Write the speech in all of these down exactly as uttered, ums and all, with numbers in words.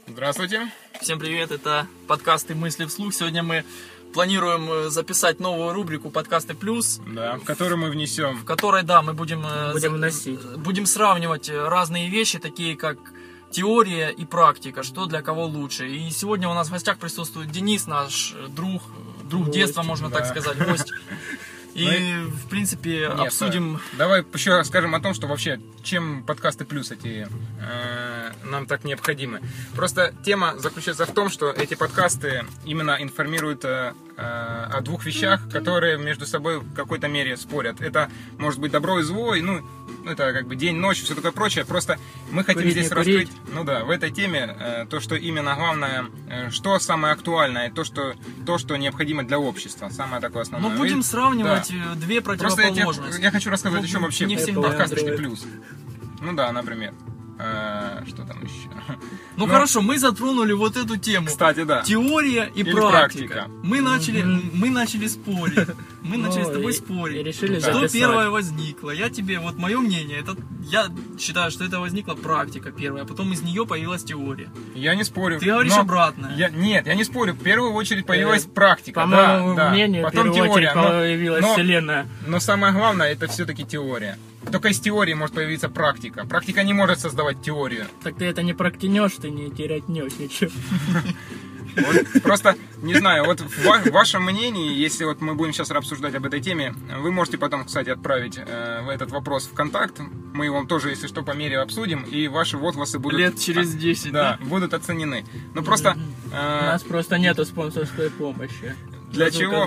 Здравствуйте. Всем привет, это подкасты «Мысли вслух». Сегодня мы планируем записать новую рубрику «Подкасты плюс». Да, в которую мы внесем. В которой, да, мы будем, будем, за... вносить. будем сравнивать разные вещи, такие как теория и практика, что для кого лучше. И сегодня у нас в гостях присутствует Денис, наш друг, друг гость, детства, можно да. так сказать, гость. И, ну, в принципе, нет, обсудим... Давай еще скажем о том, что вообще, чем подкасты плюс эти э, нам так необходимы. Просто тема заключается в том, что эти подкасты именно информируют э, о двух вещах, которые между собой в какой-то мере спорят. Это может быть добро и зло, и, ну, это как бы день, ночь, все такое прочее. Просто мы хотим курить, здесь раскрыть, ну да, в этой теме э, то, что именно главное, э, что самое актуальное, то что, то, что необходимо для общества. Самое такое основное. Ну, будем сравнивать... Да. Две противоположности. Просто я, я хочу рассказать, ну, о чем вообще не подкасточный плюс. Ну да, например. А, что там еще? Ну, ну хорошо, мы затронули вот эту тему. Кстати, да. Теория и Или практика. практика. Мы начали, mm-hmm. мы начали спорить. Мы ну, начали с тобой и, спорить. И решили что записать. Первое возникло. Я тебе, вот мое мнение, это я считаю, что это возникла практика первая, а потом из нее появилась теория. Я не спорю. Ты говоришь обратное. Я, нет, я не спорю. В первую очередь появилась э, практика. По моему да, мнению, да. в первую теория, очередь но, появилась но, Вселенная. Но самое главное, это все-таки теория. Только из теории может появиться практика. Практика не может создавать теорию. Так ты это не проктянешь, ты не терятнешь ничего. Вот, просто, не знаю, вот в, ва- в вашем мнении, если вот мы будем сейчас обсуждать об этой теме, вы можете потом, кстати, отправить э, этот вопрос в контакт. Мы его тоже, если что, по мере обсудим, и ваши возгласы будут... Лет через десять, да? Да, будут оценены. Ну просто... Э, У нас просто нету спонсорской помощи. Для чего?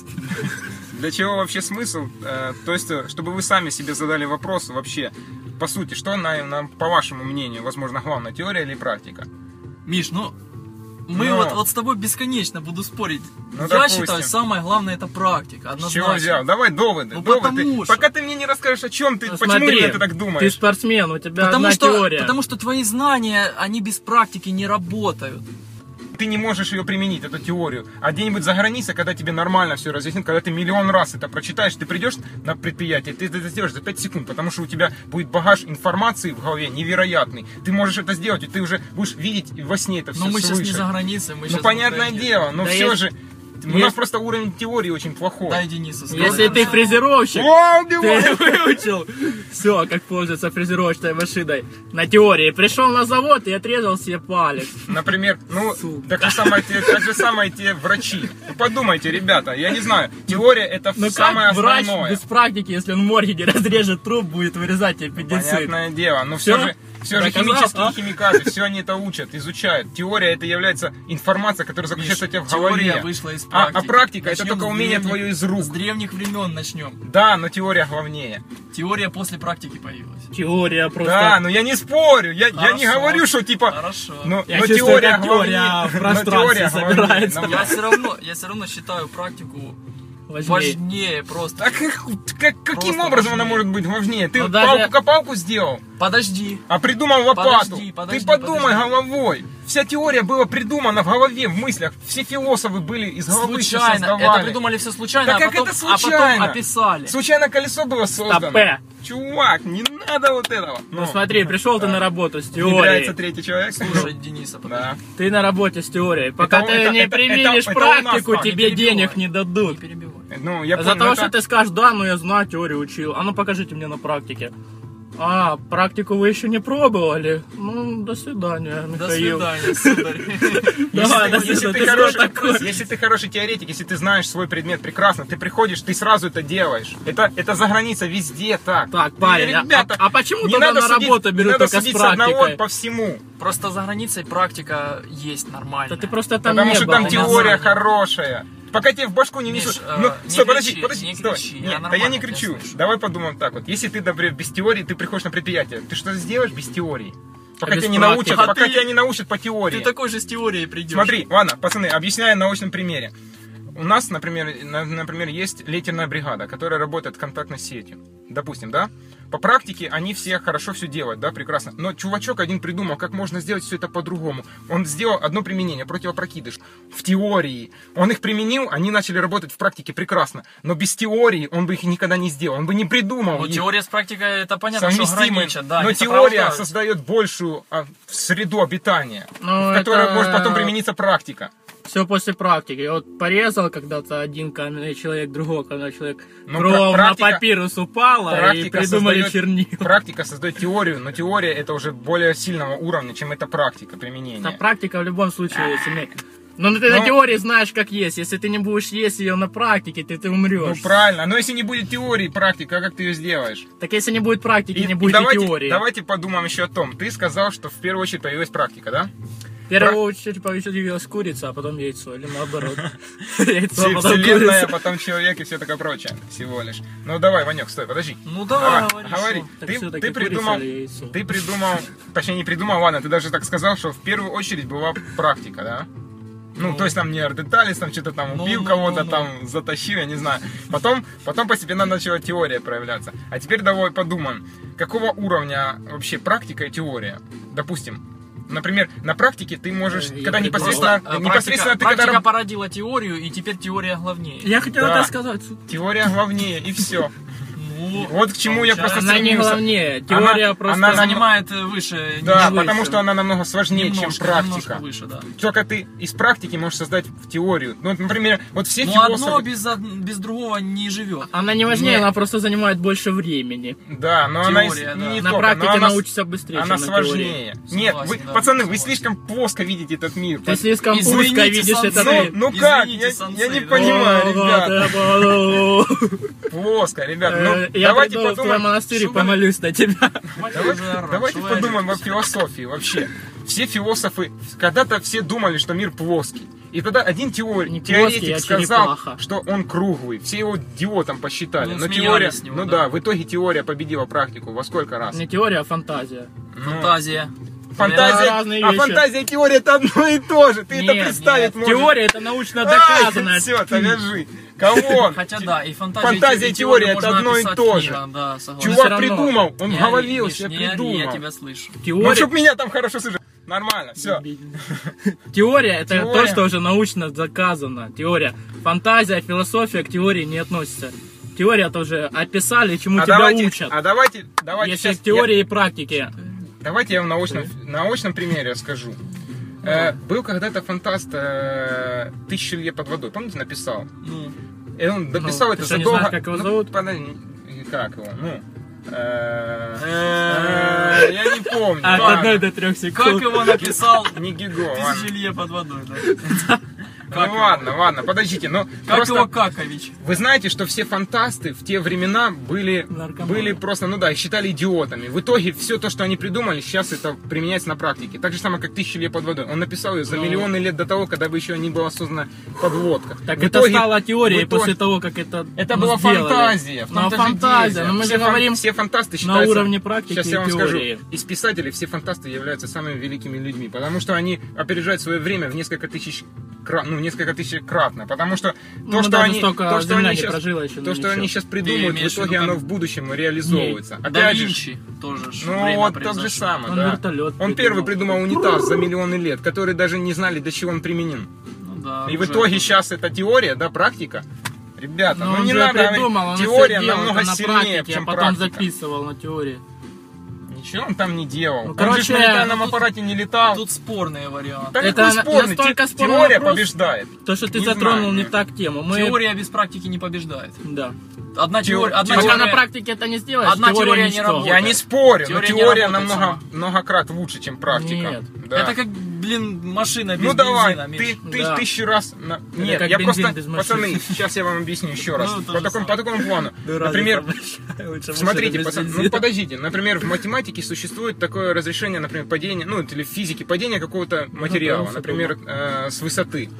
Для чего вообще смысл? Э, то есть, чтобы вы сами себе задали вопрос вообще, по сути, что, на, на, по вашему мнению, возможно, главная, теория или практика? Миш, ну... Мы Но... вот, вот с тобой бесконечно буду спорить. Ну, я допустим. считаю, самое главное это практика. Однозначно. С чего взял? Давай доводы. Ну, доводы. Пока ты мне не расскажешь, о чем ты, ну, почему смотри, ты так думаешь. Ты спортсмен, у тебя потому одна что, теория. Потому что твои знания, они без практики не работают. Ты не можешь ее применить, эту теорию. А где-нибудь за границей, когда тебе нормально все разъяснят, когда ты миллион раз это прочитаешь, ты придешь на предприятие, ты это сделаешь за пять секунд, потому что у тебя будет багаж информации в голове невероятный. Ты можешь это сделать, и ты уже будешь видеть во сне это все. Но мы слышать. сейчас не за границей, мы Ну, сейчас понятное дело, но да все есть... же... У есть... нас просто уровень теории очень плохой. Дай Денису сказать. Если ты фрезеровщик, О, ты выучил все, как пользоваться фрезеровочной машиной на теории. Пришел на завод и отрезал себе палец. Например, ну, так же, самое, так же самое те врачи. Ну, подумайте, ребята, я не знаю, теория это Но самое как врач основное. без практики, если он в морге не разрежет труп, будет вырезать тебе аппендицит? Понятное дело, но все, все же, все же химические а? химикаты, все они это учат, изучают. Теория это является информация, которая заключается у тебя в голове. Теория вышла из а, практики. а практика Начнем это только умение древних, твое из рук. С древних времен начнем. Да, но теория главнее. Теория после практики появилась. Теория просто... Да, но я не спорю, я, я не Хорошо. говорю, что типа... Хорошо. Но, Я но чувствую, теория как теория главнее. в Но пространстве теория собирается. главнее. Я все равно, я все равно считаю практику Важнее. важнее просто. Так как, как, каким Просто образом она важнее. может быть важнее? Ты Ну, даже- палку-копалку сделал, Подожди. а придумал лопату. Подожди, подожди, Ты подумай подожди. головой. Вся теория была придумана в голове, в мыслях. Все философы были из головы всё Случайно. создавали. Это придумали все случайно, Да а, как потом, это а потом случайно? описали. Случайно колесо было создано. Стопе. Чувак, не надо вот этого. Ну смотри, пришел ты на работу с Внедряется теорией. третий человек. Слушай, Дениса, подожди. Да. Ты на работе с теорией. Пока Это- ты это- не это- применишь это- это у нас практику, так, не тебе перебивай. денег не Не дадут. перебивай. Ну, я За понял, того, это- что ты скажешь, да, ну я знаю, теорию учил. А ну покажите мне на практике. А, практику вы еще не пробовали? Ну, до свидания, До Михаил. свидания, сударь. Давай, до Если, если, свидания. ты Ты хороший, что такое? если ты хороший теоретик, если ты знаешь свой предмет прекрасно, ты приходишь, ты сразу это делаешь. Это, это за границей везде так. Так, парень, а- Ребята, а, а почему не тогда надо на судить- работу не берут надо только с судить с одного практикой? по всему. Просто за границей практика есть нормально. Да ты просто там Потому не что был. там у нас теория знания. хорошая. Пока тебе в башку не Миш, несут. э, Ну, не стой, подожди, кричи, подожди, не стой. кричи, я Нет, да я нормально не тебя кричу. слышу. Давай подумаем так вот. Если ты, например, без теории, ты приходишь на предприятие, ты что сделаешь без теории? Пока без тебя не практики. научат, А пока ты- тебя не научат по теории. Ты такой же с теорией придешь. Смотри, ладно, пацаны, объясняю на научном примере. У нас, например, на- например, есть лейтерная бригада, которая работает контактной сетью. Допустим, да? по практике они все хорошо все делают, да, прекрасно. Но чувачок один придумал, как можно сделать все это по-другому. Он сделал одно применение, противопрокидыш. В теории он их применил, они начали работать в практике прекрасно. Но без теории он бы их никогда не сделал, он бы не придумал. Ну, их. теория с практикой, это понятно, что граничат, да, но теория создает большую а, среду обитания, Ну, в которой это- может потом примениться практика. Все после практики. Вот порезал когда-то один каменный человек, другого каменный человек. Ну, Кровь пра- на практика- папирус упала и Практика придумали создает- чернила. Практика создает теорию, но теория это уже более сильного уровня, чем это практика применения. А практика в любом случае сильнее. Но ты на Но- теории знаешь, как есть. Если ты не будешь есть ее на практике, ты, ты умрешь. Ну правильно, но если не будет теории, практика, как ты ее сделаешь? Так если не будет практики, И- не и будет и давайте, теории. давайте подумаем еще о том. Ты сказал, что в первую очередь появилась практика, да? В первую очередь появилась курица, а потом яйцо. Или наоборот. Яйцо, а потом Вселенная, курица. потом человек и все такое прочее. Всего лишь. Ну давай, Ванек, стой, подожди. Ну давай, говори, говори. что. Так Ты, всё-таки ты курица придумал, или яйцо? ты придумал, точнее не придумал, ладно, ты даже так сказал, что в первую очередь была практика, да? Ну, Ну. то есть там неандерталец, там что-то там Ну, убил ну, кого-то, ну, ну. там затащил, я не знаю. Потом, потом постепенно начала теория проявляться. А теперь давай подумаем, какого уровня вообще практика и теория? Допустим, например, на практике ты можешь, Э, я когда придумал. непосредственно, Просто, э, непосредственно практика, ты когда практика раб- породила теорию, и теперь теория главнее. Я хотел Да. это сказать. теория главнее, и все. Ну, Вот к чему я просто Она не стремился. главнее. Теория Она- просто... она занимает э, выше, Да, не потому выше. что она намного сложнее, немножко, чем практика. немножко выше, да. Только ты из практики можешь создать в теорию. Ну, вот, например, вот все Но философы... одно без, од- без другого не живет. Она не важнее, Нет. она просто занимает больше времени. Да, но она из- Теория, не, да. не На только, практике но она, с- научится быстрее, она чем на теории. сложнее. Нет, вы, Согласен, да, пацаны, вы согласен. слишком плоско видите этот мир. Ты слишком Извините, узко видишь сансей. этот Ну, мир. ну как? Извините, Я, я сансей, не да. понимаю, О, ребят. да, да, да. Плоско, ребят. Э, Ну, Я давайте приду в твой подумаем. монастырь и что вы- помолюсь на тебя. Давайте, давайте подумаем о философии вообще. Все философы, когда-то все думали, что мир плоский. И тогда один теор- Не плоский, теоретик а сказал, черепаха. что он круглый. Все его идиотом посчитали. Ну, Но смеялись теория, с него, ну да. да, в итоге теория победила практику. Во сколько раз? Не теория, а фантазия. Ну, Фантазия. фантазия, Это разные а вещи. фантазия и теория это одно и то же. Ты это Нет, представить нет. можешь. Теория это научно доказано. Все, довяжи. Кого? Хотя да, и фантазия, Фантазия и теория это можно одно и описать то же. книгам, да, согласен. всё Чувак равно. придумал, он Не в ори, голове Миш, себе не ори, придумал. я тебя слышу. Ну, Теория, чтоб меня там хорошо слышать. Нормально, все. теория это Теория. то, что уже научно доказано. Теория. Фантазия, философия к теории не относится. Теория тоже описали, чему А тебя давайте, учат. а давайте, давайте Если сейчас в теории и практике. я- давайте я вам на научном, на научном примере расскажу. Э, был когда-то фантаст э, «Тысячу лье под водой». Помните, написал? Ну, И он дописал Ну, это ты что, не задолго... знаешь, как его Ну, зовут? подожди, как его? Ну... э, э, Я не помню. От ладно. одной до трех как секунд. его написал Не Гиго, ладно. Тысячи лье под водой, да. Ну Как его? ладно, ладно, подождите, но Как просто... его Какович? Вы знаете, что все фантасты в те времена были, Наркоманы. были просто, ну да, их считали идиотами. В итоге все то, что они придумали, сейчас это применяется на практике. Так же самое, как «Тысяча лье под водой». Он написал ее за Ну. миллионы лет до того, когда бы еще не была создана подводка. Так В это итоге- стало теорией в итоге- после того, как это Это ну, была сделали. фантазия. в Ну, том-то же фантазия, дело. но мы все же фан- говорим все фантасты на считаются... уровне практики Сейчас я и вам теории. скажу. Из писателей все фантасты являются самыми великими людьми, потому что они опережают свое время в несколько тысяч кра- ну, несколько тысячекратно. Потому что Ну, то, что даже они, столько то, что земля они не сейчас, прожила еще, то, ну, что ничего. они сейчас Ты придумают, в имеешь в итоге виду, оно как- в будущем реализовывается. Да Опять же, Винчи тоже ж ну время вот так произошло. же самое, Он да. вертолет Он придумал. первый придумал унитаз за миллионы лет, который даже не знали, для чего он применен. Ну да, И в уже. итоге сейчас это теория, да, практика. Ребята, Но ну он не же надо говорить, придумал, он теория всё делал, намного это на сильнее, практике, чем а потом практика. записывал на теории. Ничего он там не делал. Ну, он короче, же на летальном тут- аппарате не летал. Тут спорные варианты. Да это какой на- спорный? настолько Те- спорный Теория вопрос. побеждает. То, что ты Не затронул знаю, не нет. так тему. Мы... Теория без практики не побеждает. Да. Одна Теор- теория, одна теория- Пока на теория- практике это не сделаешь, Одна теория теория не ничто. работает. Я не спорю, Теория но не теория работает намного, сама. многократ лучше, чем практика. Нет. Да. Это как, блин, машина без Ну давай, бензина, ты, Миш. ты Да. тысячу раз... на- Нет, как я бензин просто... без машины. Пацаны, сейчас я вам объясню еще раз. Ну, то по, же такому, самое. по такому плану. Да, Например, разница большая. смотрите, Лучше пацаны, без ну бензина. подождите. Например, в математике существует такое разрешение, например, падения, ну или в физике, падения какого-то материала, да, например, э, с высоты.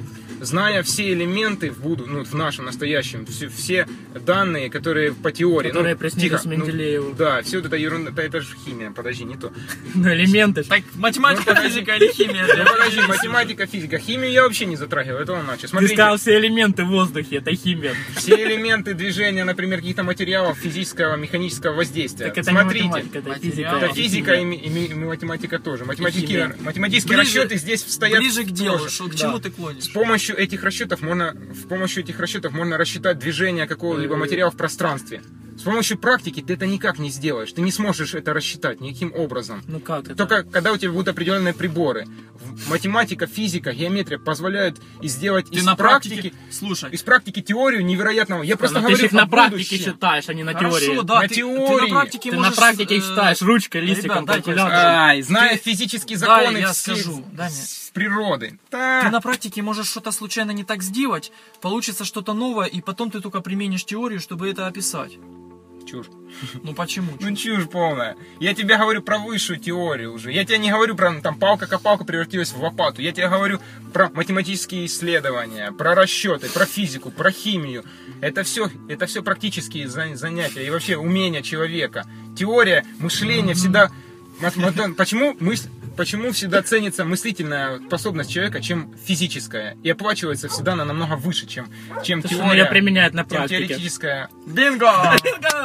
зная все элементы в буду, ну, в нашем настоящем, все, все данные, которые по теории. Которые ну, приснились тихо, Менделееву. Ну, да, все вот это ерунда, это, это же химия, подожди, не то. Ну, элементы. Так, математика, физика или химия? Ну, подожди, математика, физика, химию я вообще не затрагивал, это он начал. Ты Смотрите, сказал, все элементы в воздухе, это химия. все элементы движения, например, каких-то материалов, физического, механического воздействия. Так это Смотрите, не математика, это физика. Материал. это физика и, ми- и ми- и математика тоже. Математические, химия. математические Ближе- расчеты здесь стоят Ближе к делу, тоже. что, к Да. чему ты клонишь? С помощью этих расчетов можно, с помощью этих расчетов можно рассчитать движение какого-либо материала в пространстве. С помощью практики ты это никак не сделаешь. Ты не сможешь это рассчитать никаким образом. Ну как это? Только когда у тебя будут определенные приборы. В- Математика, физика, геометрия позволяют и сделать Ты из на практики, практике, слушай, из практики теорию невероятного. Я просто Ну, ты говорю же их на о практике будущем. считаешь, а не на хорошо, теории. да, На ты, теории. ты на практике Ты можешь... на практике э, считаешь ручкой, листиком, ребят, дайте я калькулятором. Ай, зная Ты- физические Да, законы я все скажу, дай мне. с природы. Да. Ты на практике можешь что-то случайно не так сделать, получится что-то новое, и потом ты только применишь теорию, чтобы это описать. Чушь. Ну почему? Ну чушь полная. Я тебе говорю про высшую теорию уже. Я тебе не говорю про там палка-копалка превратилась в лопату. Я тебе говорю про математические исследования, про расчеты, про физику, про химию. Это все, это все практические зан- занятия и вообще умения человека. Теория, мышление всегда... мат- мат- Почему мысль... Почему всегда ценится мыслительная способность человека, чем физическая? И оплачивается всегда она намного выше, чем, чем Потому что теория. ее применяют на чем практике. теоретическая. Бинго!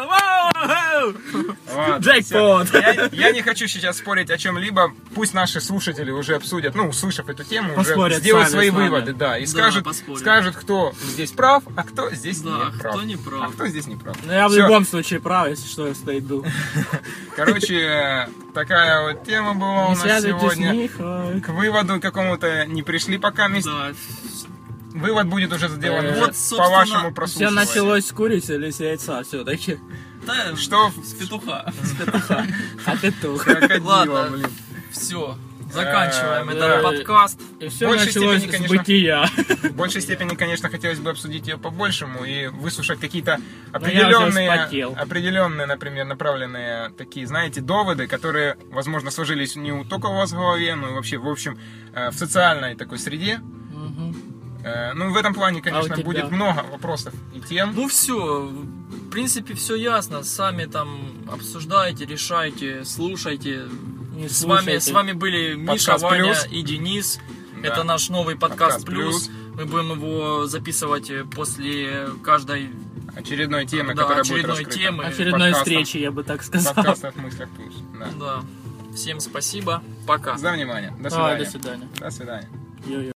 Ладно, Джекпот! всё. Я, я не хочу сейчас спорить о чем-либо. Пусть наши слушатели уже обсудят, ну, услышав эту тему, уже Поспорят сделают сами свои с нами. выводы, да, и Да, скажут, поспорят. скажут, кто здесь прав, а кто здесь Да, не прав. кто не прав. А кто здесь не прав. Ну я в Всё. любом случае прав, если что, я стоит был. Короче, такая вот тема была у Не нас связывайтесь с сегодня. них. а, К выводу какому-то не пришли пока. Мест. Да. Вывод будет уже сделан Э, уже вот, по собственно, вашему Все прослушиванию. началось с курицы или с яйца все-таки. Да, Что? с петуха. А ты тух. Крокодила, Ладно. блин. Все. Заканчиваем Э, этот да. подкаст. И все В большей началось степени, с конечно, бытия. В большей степени, конечно, хотелось бы обсудить ее по-большему и выслушать какие-то я уже определенные, вспотел. определенные, например, направленные такие, знаете, доводы, которые, возможно, сложились не у только у вас в голове, но и вообще, в общем, э, в социальной такой среде. Мгм. Э, Ну, в этом плане, конечно, тебя? будет много вопросов и тем. Ну все, в принципе, все ясно. Сами там обсуждайте, решайте, слушайте. Не С вами, слушайте. с вами были Миша, Подкаст Ваня «Плюс». и Денис. Да. Это наш новый подкаст, Подкаст плюс. Мы будем его записывать после каждой Очередной темы, Да, которая очередной будет раскрыта. темы. Очередной Подкастом. встречи, я бы так сказал. Подкастов в мыслях плюс. Да. Да. Всем спасибо. Пока. За внимание. До А, свидания. до свидания. До свидания. Йо-йо.